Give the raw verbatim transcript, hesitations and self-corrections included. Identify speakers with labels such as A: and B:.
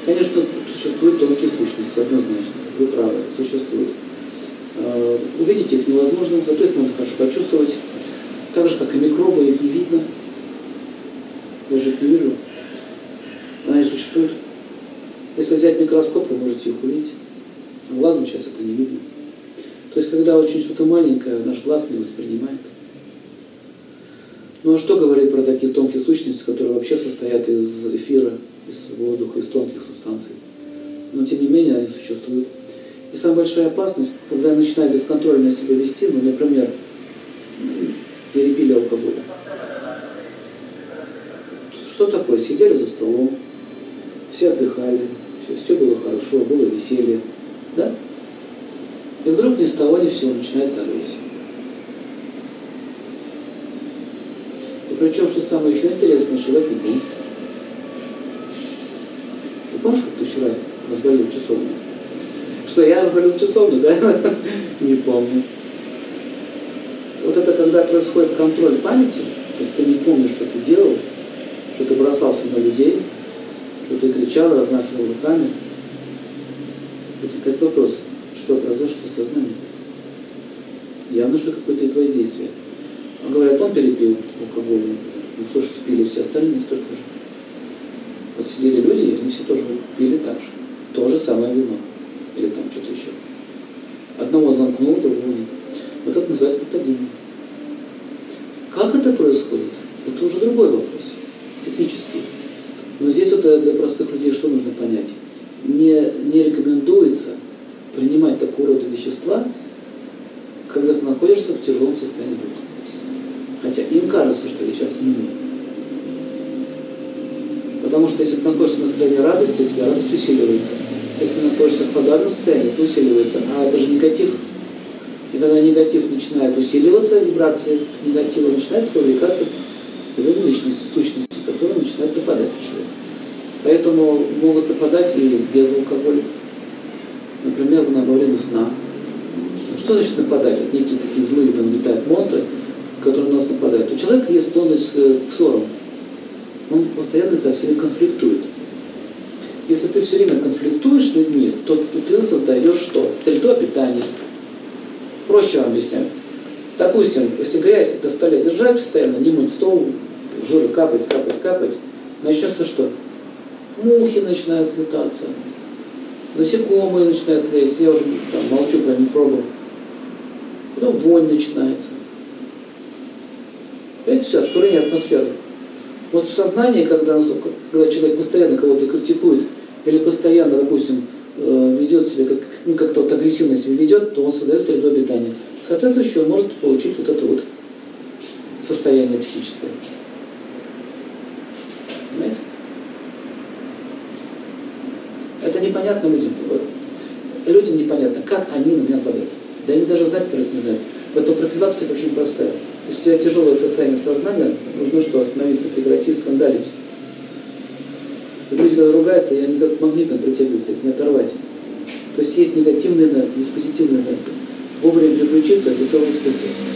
A: Конечно, существуют тонкие сущности, однозначно. Вы правы, существуют. Увидеть их невозможно, зато их можно хорошо почувствовать. Так же, как и микробы, их не видно. Я же их не вижу. Они существуют. Если взять микроскоп, вы можете их увидеть. А глазом сейчас это не видно. То есть, когда очень что-то маленькое, наш глаз не воспринимает. Ну а что говорить про такие тонкие сущности, которые вообще состоят из эфира, из воздуха, из тонких субстанций? Но тем не менее они существуют. И самая большая опасность, когда я начинаю бесконтрольно себя вести, ну, например, перепили алкоголь. Что такое? Сидели за столом, все отдыхали, все, все было хорошо, было веселье. Да? И вдруг ни с того ни с сего начинается агрессия. И причем, что самое еще интересное, человек не помнит. Ты помнишь, как ты вчера развалил часовню? Что, я развалил часовню, да? Не помню. Вот это когда происходит контроль памяти, то есть ты не помнишь, что ты делал, что ты бросался на людей, что ты кричал, размахивал руками. Возникает вопрос, что произошло с сознанием? Явно, что какое-то это воздействие. А говорят, он перепил алкоголь. Ну, слушайте, пили все остальные столько же. Вот сидели люди, и они все тоже пили так же. То же самое вино. Или там что-то еще. Одного замкнул, другого нет. Вот это называется нападение. Как это происходит? Это уже другой вопрос. Технический. Но здесь вот для простых людей что нужно понять? Не, не рекомендуется принимать такого рода вещества, когда ты находишься в тяжелом состоянии духа. Хотя им кажется, что я сейчас сниму. Потому что если ты находишься в настроении радости, у тебя радость усиливается. Если ты находишься в подавленном состоянии, то усиливается. А это же негатив. И когда негатив начинает усиливаться, вибрации негатива начинают привлекаться определенные личности, сущности, которые начинают нападать на человека. Поэтому могут нападать и без алкоголя. Например, во время сна. Что значит нападать? Вот некие такие злые там летают монстры, которые на нас нападают. У человека есть склонность к ссорам. Он постоянно со всеми конфликтует. Если ты все время конфликтуешь с людьми, то ты создаешь что? Среду обитания. Проще вам объясняю. Допустим, если грязь на столе держать постоянно, не мыть стол, жира капать, капать, капать, начнется что? Мухи начинают слетаться, насекомые начинают лезть, я уже там, молчу про микробов. Потом вонь начинается. Это все, откровение атмосферы. Вот в сознании, когда, когда человек постоянно кого-то критикует, или постоянно, допустим, ведет себя, как, ну, как-то вот агрессивно себя ведет, то он создает среду обитания. Соответственно, он может получить вот это вот состояние психическое. Понимаете? Это непонятно людям. Людям непонятно, как они на меня нападают. Да они даже знать про это не знают. Поэтому профилаксия очень простая. Если у тебя тяжелое состояние сознания, нужно что? Остановиться, прекратить, скандалить. Люди, когда ругаются, они как магнитом притягиваются, их не оторвать. То есть есть негативная энергия, есть позитивная энергия. Вовремя переключиться – это целое искусство.